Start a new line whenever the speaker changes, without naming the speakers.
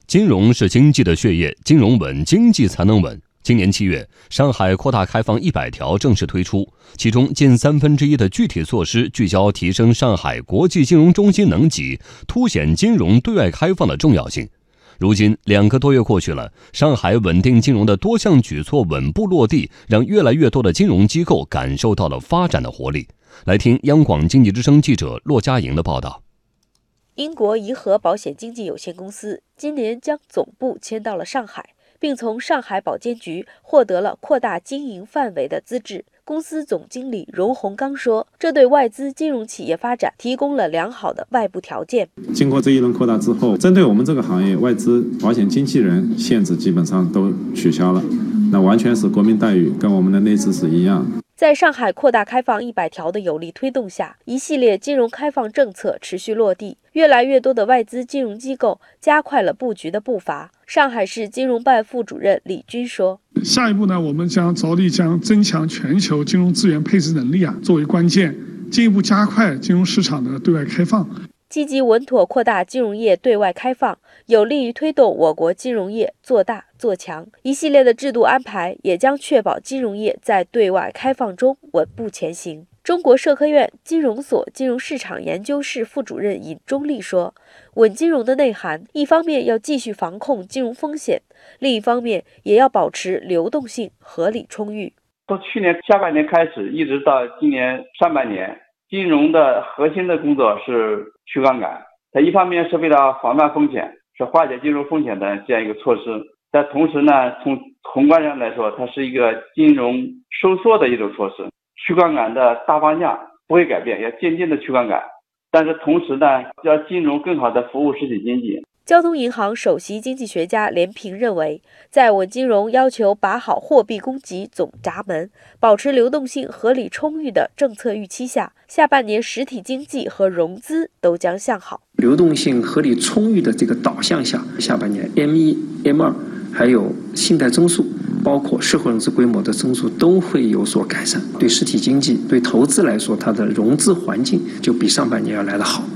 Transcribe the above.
金融是经济的血液，金融稳，经济才能稳。今年7月，上海扩大开放100条正式推出，其中近1/3的具体措施聚焦提升上海国际金融中心能级，凸显金融对外开放的重要性。如今2个多月过去了，上海稳定金融的多项举措稳步落地，让越来越多的金融机构感受到了发展的活力。来听央广经济之声记者骆佳莹的报道。
英国颐和保险经纪有限公司今年将总部迁到了上海，并从上海保监局获得了扩大经营范围的资质。公司总经理荣洪刚说，这对外资金融企业发展提供了良好的外部条件。
经过这一轮扩大之后，针对我们这个行业，外资保险经纪人限制基本上都取消了，那完全是国民待遇，跟我们的内资是一样。
在上海扩大开放100条的有力推动下，一系列金融开放政策持续落地，越来越多的外资金融机构加快了布局的步伐。上海市金融办副主任李军说，
下一步呢，我们将着力将增强全球金融资源配置能力作为关键，进一步加快金融市场的对外开放，
积极稳妥扩大金融业对外开放，有利于推动我国金融业做大做强。一系列的制度安排也将确保金融业在对外开放中稳步前行。中国社科院金融所金融市场研究室副主任尹忠立说，稳金融的内涵，一方面要继续防控金融风险，另一方面也要保持流动性合理充裕。
从去年下半年开始，一直到今年上半年，金融的核心的工作是去杠杆，它一方面是为了防范风险，是化解金融风险的这样一个措施，但同时呢，从宏观上来说，它是一个金融收缩的一种措施。去杠杆的大方向不会改变，要渐进的去杠杆，但是同时呢，要金融更好的服务实体经济。
交通银行首席经济学家连平认为，在稳金融要求把好货币供给总闸门，保持流动性合理充裕的政策预期下，下半年实体经济和融资都将向好。
流动性合理充裕的这个导向下，下半年 M1、M2 还有信贷增速，包括社会融资规模的增速都会有所改善。对实体经济、对投资来说，它的融资环境就比上半年要来得好。